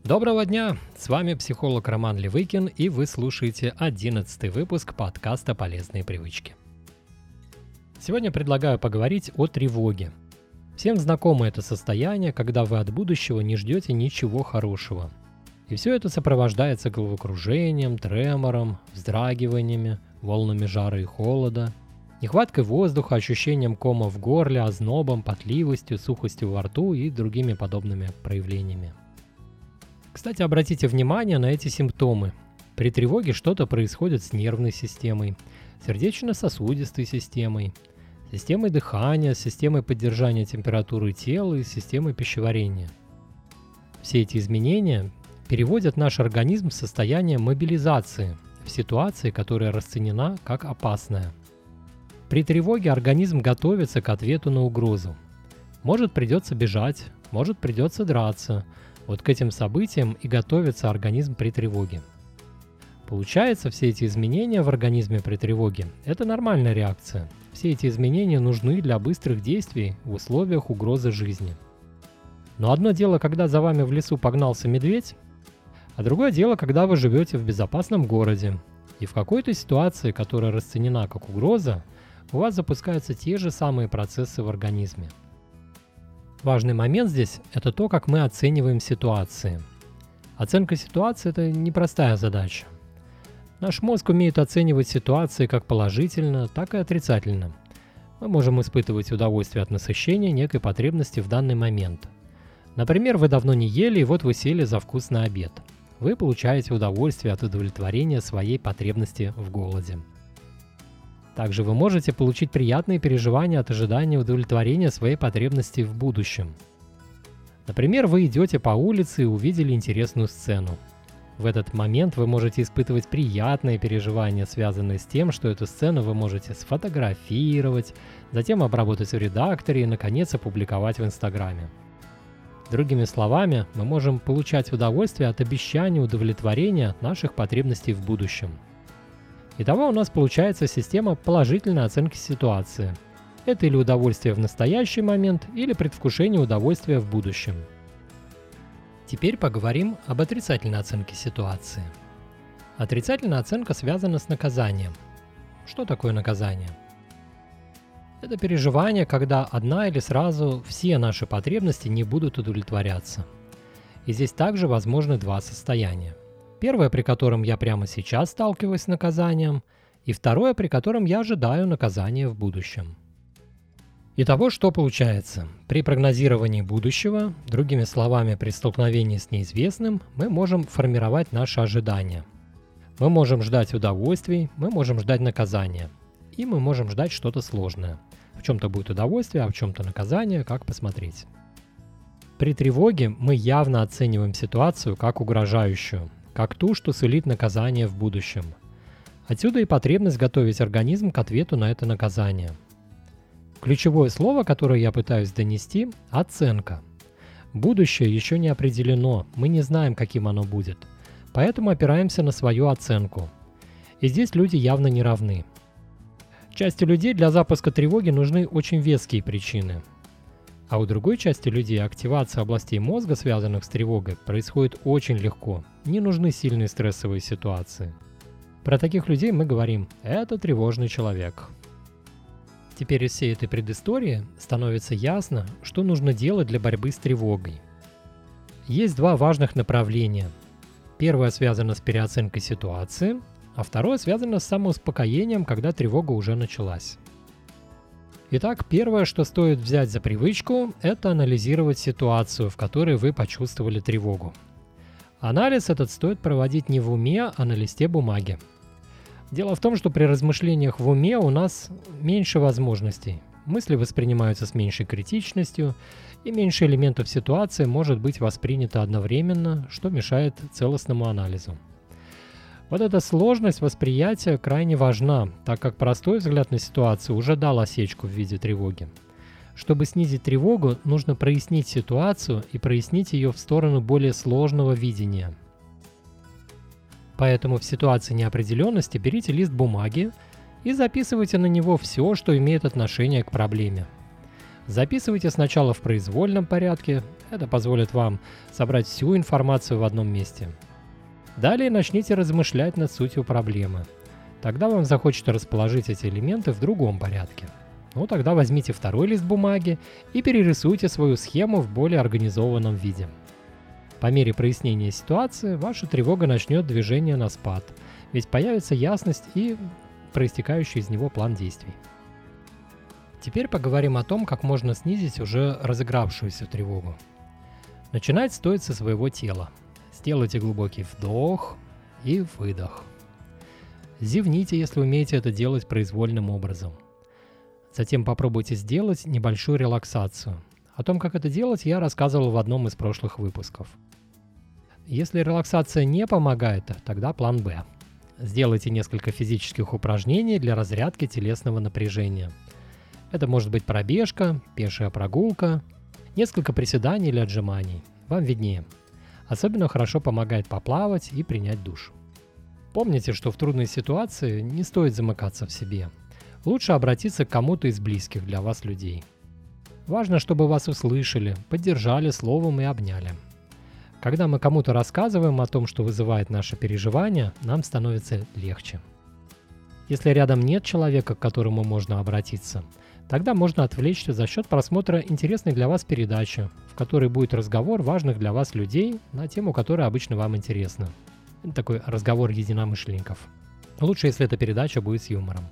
Доброго дня! С вами психолог Роман Левыкин, и вы слушаете 11-й выпуск подкаста «Полезные привычки». Сегодня предлагаю поговорить о тревоге. Всем знакомо это состояние, когда вы от будущего не ждете ничего хорошего. И все это сопровождается головокружением, тремором, вздрагиваниями, волнами жара и холода, нехваткой воздуха, ощущением кома в горле, ознобом, потливостью, сухостью во рту и другими подобными проявлениями. Кстати, обратите внимание на эти симптомы. При тревоге что-то происходит с нервной системой, сердечно-сосудистой системой, системой дыхания, системой поддержания температуры тела и системой пищеварения. Все эти изменения переводят наш организм в состояние мобилизации в ситуации, которая расценена как опасная. При тревоге организм готовится к ответу на угрозу. Может, придется бежать, может, придется драться. Вот к этим событиям и готовится организм при тревоге. Получается, все эти изменения в организме при тревоге – это нормальная реакция. Все эти изменения нужны для быстрых действий в условиях угрозы жизни. Но одно дело, когда за вами в лесу погнался медведь, а другое дело, когда вы живете в безопасном городе. И в какой-то ситуации, которая расценена как угроза, у вас запускаются те же самые процессы в организме. Важный момент здесь – это то, как мы оцениваем ситуации. Оценка ситуации – это непростая задача. Наш мозг умеет оценивать ситуации как положительно, так и отрицательно. Мы можем испытывать удовольствие от насыщения некой потребности в данный момент. Например, вы давно не ели, и вот вы сели за вкусный обед. Вы получаете удовольствие от удовлетворения своей потребности в голоде. Также вы можете получить приятные переживания от ожидания удовлетворения своей потребности в будущем. Например, вы идете по улице и увидели интересную сцену. В этот момент вы можете испытывать приятные переживания, связанные с тем, что эту сцену вы можете сфотографировать, затем обработать в редакторе и, наконец, опубликовать в Инстаграме. Другими словами, мы можем получать удовольствие от обещания удовлетворения наших потребностей в будущем. Итого у нас получается система положительной оценки ситуации. Это или удовольствие в настоящий момент, или предвкушение удовольствия в будущем. Теперь поговорим об отрицательной оценке ситуации. Отрицательная оценка связана с наказанием. Что такое наказание? Это переживание, когда одна или сразу все наши потребности не будут удовлетворяться. И здесь также возможны два состояния. Первое, при котором я прямо сейчас сталкиваюсь с наказанием, и второе, при котором я ожидаю наказания в будущем. Итого, что получается? При прогнозировании будущего, другими словами, при столкновении с неизвестным, мы можем формировать наши ожидания. Мы можем ждать удовольствий, мы можем ждать наказания, и мы можем ждать что-то сложное. В чем-то будет удовольствие, а в чем-то наказание, как посмотреть. При тревоге мы явно оцениваем ситуацию как угрожающую, как ту, что сулит наказание в будущем. Отсюда и потребность готовить организм к ответу на это наказание. Ключевое слово, которое я пытаюсь донести – оценка. Будущее еще не определено, мы не знаем, каким оно будет, поэтому опираемся на свою оценку. И здесь люди явно не равны. Части людей для запуска тревоги нужны очень веские причины. А у другой части людей активация областей мозга, связанных с тревогой, происходит очень легко. Не нужны сильные стрессовые ситуации. Про таких людей мы говорим «это тревожный человек». Теперь из всей этой предыстории становится ясно, что нужно делать для борьбы с тревогой. Есть два важных направления. Первое связано с переоценкой ситуации, а второе связано с самоуспокоением, когда тревога уже началась. Итак, первое, что стоит взять за привычку, это анализировать ситуацию, в которой вы почувствовали тревогу. Анализ этот стоит проводить не в уме, а на листе бумаги. Дело в том, что при размышлениях в уме у нас меньше возможностей. Мысли воспринимаются с меньшей критичностью, и меньше элементов ситуации может быть воспринято одновременно, что мешает целостному анализу. Вот эта сложность восприятия крайне важна, так как простой взгляд на ситуацию уже дал осечку в виде тревоги. Чтобы снизить тревогу, нужно прояснить ситуацию и прояснить ее в сторону более сложного видения. Поэтому в ситуации неопределенности берите лист бумаги и записывайте на него все, что имеет отношение к проблеме. Записывайте сначала в произвольном порядке, Это позволит вам собрать всю информацию в одном месте. Далее начните размышлять над сутью проблемы. Тогда вам захочется расположить эти элементы в другом порядке. Тогда возьмите второй лист бумаги и перерисуйте свою схему в более организованном виде. По мере прояснения ситуации ваша тревога начнет движение на спад, ведь появится ясность и проистекающий из него план действий. Теперь поговорим о том, как можно снизить уже разыгравшуюся тревогу. Начинать стоит со своего тела. Сделайте глубокий вдох и выдох. Зевните, если умеете это делать произвольным образом. Затем попробуйте сделать небольшую релаксацию. О том, как это делать, я рассказывал в одном из прошлых выпусков. Если релаксация не помогает, тогда план Б. Сделайте несколько физических упражнений для разрядки телесного напряжения. Это может быть пробежка, пешая прогулка, несколько приседаний или отжиманий. Вам виднее. Особенно хорошо помогает поплавать и принять душ. Помните, что в трудной ситуации не стоит замыкаться в себе. Лучше обратиться к кому-то из близких для вас людей. Важно, чтобы вас услышали, поддержали словом и обняли. Когда мы кому-то рассказываем о том, что вызывает наше переживание, нам становится легче. Если рядом нет человека, к которому можно обратиться, тогда можно отвлечься за счет просмотра интересной для вас передачи, в которой будет разговор важных для вас людей на тему, которая обычно вам интересна. Это такой разговор единомышленников. Лучше, если эта передача будет с юмором.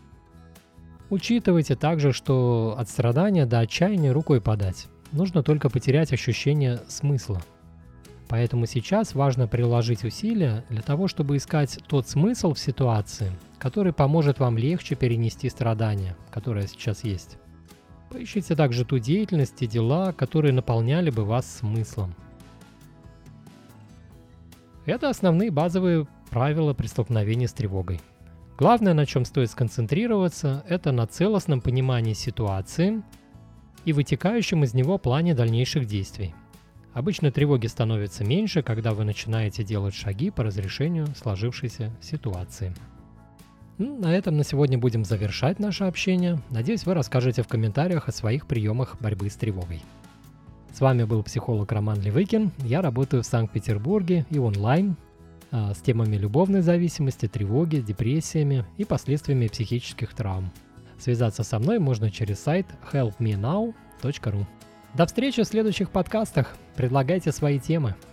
Учитывайте также, что от страдания до отчаяния рукой подать. Нужно только потерять ощущение смысла. Поэтому сейчас важно приложить усилия для того, чтобы искать тот смысл в ситуации, который поможет вам легче перенести страдания, которые сейчас есть. Поищите также ту деятельность и дела, которые наполняли бы вас смыслом. Это основные базовые правила при столкновении с тревогой. Главное, на чем стоит сконцентрироваться, это на целостном понимании ситуации и вытекающем из него плане дальнейших действий. Обычно тревоги становится меньше, когда вы начинаете делать шаги по разрешению сложившейся ситуации. На этом на сегодня будем завершать наше общение. Надеюсь, вы расскажете в комментариях о своих приемах борьбы с тревогой. С вами был психолог Роман Левыкин. Я работаю в Санкт-Петербурге и онлайн с темами любовной зависимости, тревоги, депрессиями и последствиями психических травм. Связаться со мной можно через сайт helpmenow.ru. До встречи в следующих подкастах. Предлагайте свои темы.